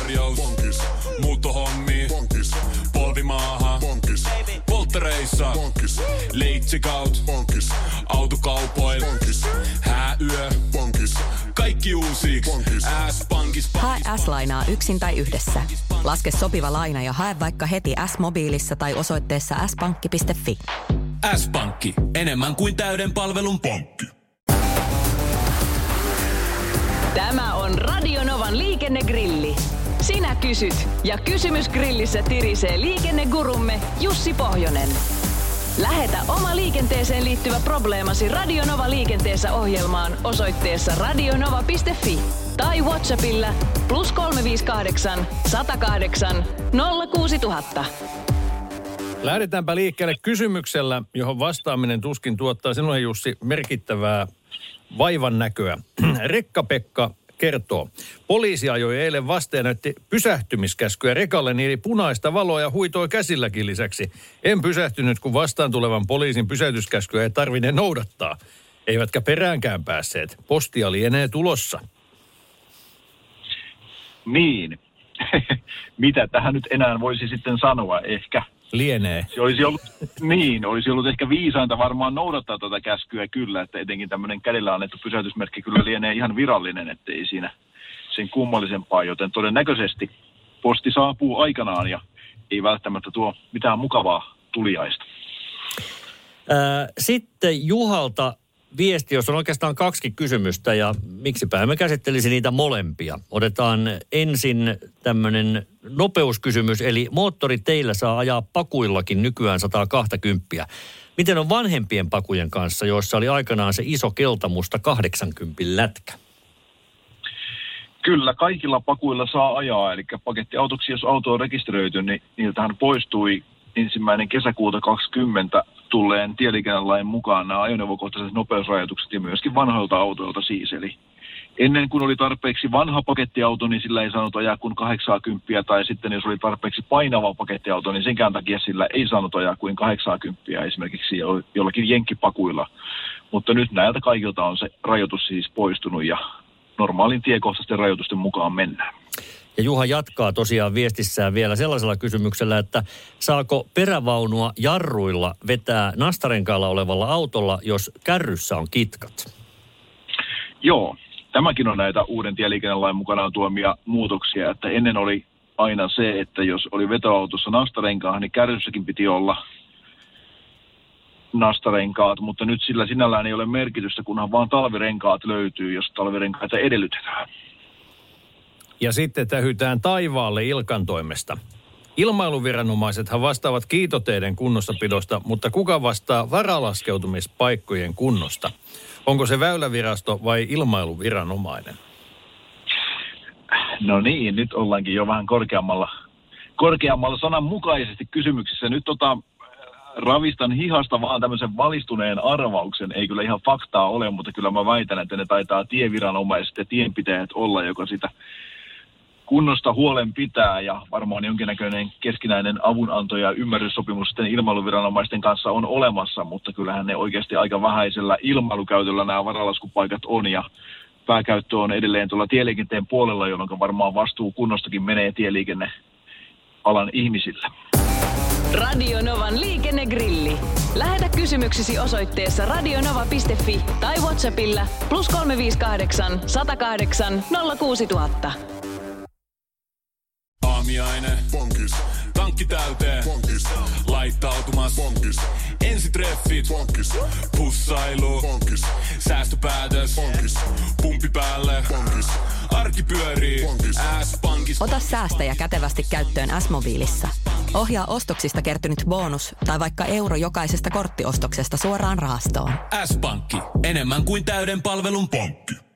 tarjous. Bonkis. Muuttohommi. Bonkis. Polvimaaha. Bonkis. Polttereissa. Bonkis. Leitsikaut. Bonkis. Autokaupoil. Bonkis. Hääyö. Bonkis. Kaikki uusiiksi. S-pankis. Hae S-lainaa yksin tai yhdessä. Laske sopiva laina ja hae vaikka heti S-mobiilissa tai osoitteessa s-pankki.fi. S-pankki. Enemmän kuin täyden palvelun pankki. Tämä on Radio Novan liikennegrilli. Sinä kysyt ja kysymys grillissä tirisee liikennegurumme Jussi Pohjonen. Lähetä oma liikenteeseen liittyvä probleemasi Radio Nova liikenteessä ohjelmaan osoitteessa radionova.fi tai WhatsAppilla +358 108 06000. Lähdetäänpä liikkeelle kysymyksellä, johon vastaaminen tuskin tuottaa sinulle, Jussi, merkittävää vaivan näköä. Rekka-Pekka kertoo. Poliisi ajoi eilen vastaan ja näytti pysähtymiskäskyä rekalle, niin eli punaista valoa ja huitoi käsilläkin lisäksi. En pysähtynyt, kun vastaan tulevan poliisin pysäytyskäskyä ei tarvinne noudattaa. Eivätkä peräänkään päässeet. Postia lienee tulossa. Niin. Mitä tähän nyt enää voisi sitten sanoa? Ehkä lienee. Se olisi ollut ehkä viisainta varmaan noudattaa tuota käskyä kyllä, että etenkin tämmöinen kädellä annettu pysäytysmerkki kyllä lienee ihan virallinen, ettei siinä sen kummallisempaa, joten todennäköisesti posti saapuu aikanaan ja ei välttämättä tuo mitään mukavaa tuliaista. Sitten Juhalta viesti, jos on oikeastaan 2 kysymystä ja miksipä me käsittelisi niitä molempia. Otetaan ensin tämmöinen nopeuskysymys, eli moottoriteillä saa ajaa pakuillakin nykyään 120. Miten on vanhempien pakujen kanssa, joissa oli aikanaan se iso keltamusta 80 lätkä? Kyllä, kaikilla pakuilla saa ajaa, eli pakettiautoksi, jos auto on rekisteröity, niin niiltähän poistui 1. kesäkuuta 2020 tulleen tieliikennelain mukaan nämä ajoneuvokohtaiset nopeusrajoitukset ja myöskin vanhoilta autoilta siis. Eli ennen kuin oli tarpeeksi vanha pakettiauto, niin sillä ei saanut ajaa kuin 80, tai sitten jos oli tarpeeksi painava pakettiauto, niin senkään takia sillä ei saanut ajaa kuin 80 esimerkiksi jollakin jenkkipakuilla. Mutta nyt näiltä kaikilta on se rajoitus siis poistunut ja normaalin tiekohtaisten rajoitusten mukaan mennään. Ja Juha jatkaa tosiaan viestissään vielä sellaisella kysymyksellä, että saako perävaunua jarruilla vetää nastarenkaalla olevalla autolla, jos kärryssä on kitkat? Joo, tämäkin on näitä uuden tieliikennelain mukanaan tuomia muutoksia, että ennen oli aina se, että jos oli vetoautossa nastarenkaan, niin kärryssäkin piti olla nastarenkaat, mutta nyt sillä sinällään ei ole merkitystä, kunhan vaan talvirenkaat löytyy, jos talvirenkaita edellytetään. Ja sitten tähytään taivaalle Ilkan toimesta. Ilmailuviranomaisethan vastaavat kiitoteiden kunnossapidosta, mutta kuka vastaa varalaskeutumispaikkojen kunnosta? Onko se Väylävirasto vai ilmailuviranomainen? No niin, nyt ollaankin jo vähän korkeammalla sananmukaisesti kysymyksissä. Nyt ravistan hihasta vaan tämmöisen valistuneen arvauksen. Ei kyllä ihan faktaa ole, mutta kyllä mä väitän, että ne taitaa tieviranomaiset ja tienpitäjät olla, joka sitä kunnosta huolen pitää, ja varmaan jonkinnäköinen keskinäinen avunanto ja ymmärryssopimus sitten ilmailuviranomaisten kanssa on olemassa, mutta kyllähän ne oikeasti aika vähäisellä ilmailukäytöllä nämä varalaskupaikat on, ja pääkäyttö on edelleen tuolla tieliikenteen puolella, jolloin varmaan vastuu kunnostakin menee tieliikennealan ihmisille. Radio Novan liikennegrilli. Lähetä kysymyksesi osoitteessa radionova.fi tai WhatsAppilla +358 108 06000. Aamiainen. Bonkis. Tankki täyteen. Bonkis. Laittautumas. Bonkis. Ensitreffit. Bonkis. Pussailu. Bonkis. Säästöpäätös. Bonkis. Pumpi päälle. Bonkis. Arki pyörii. Bonkis. S-pankis. Ota säästäjä kätevästi käyttöön S-mobiilissa. Ohjaa ostoksista kertynyt bonus tai vaikka euro jokaisesta korttiostoksesta suoraan rahastoon. S-pankki. Enemmän kuin täyden palvelun pankki.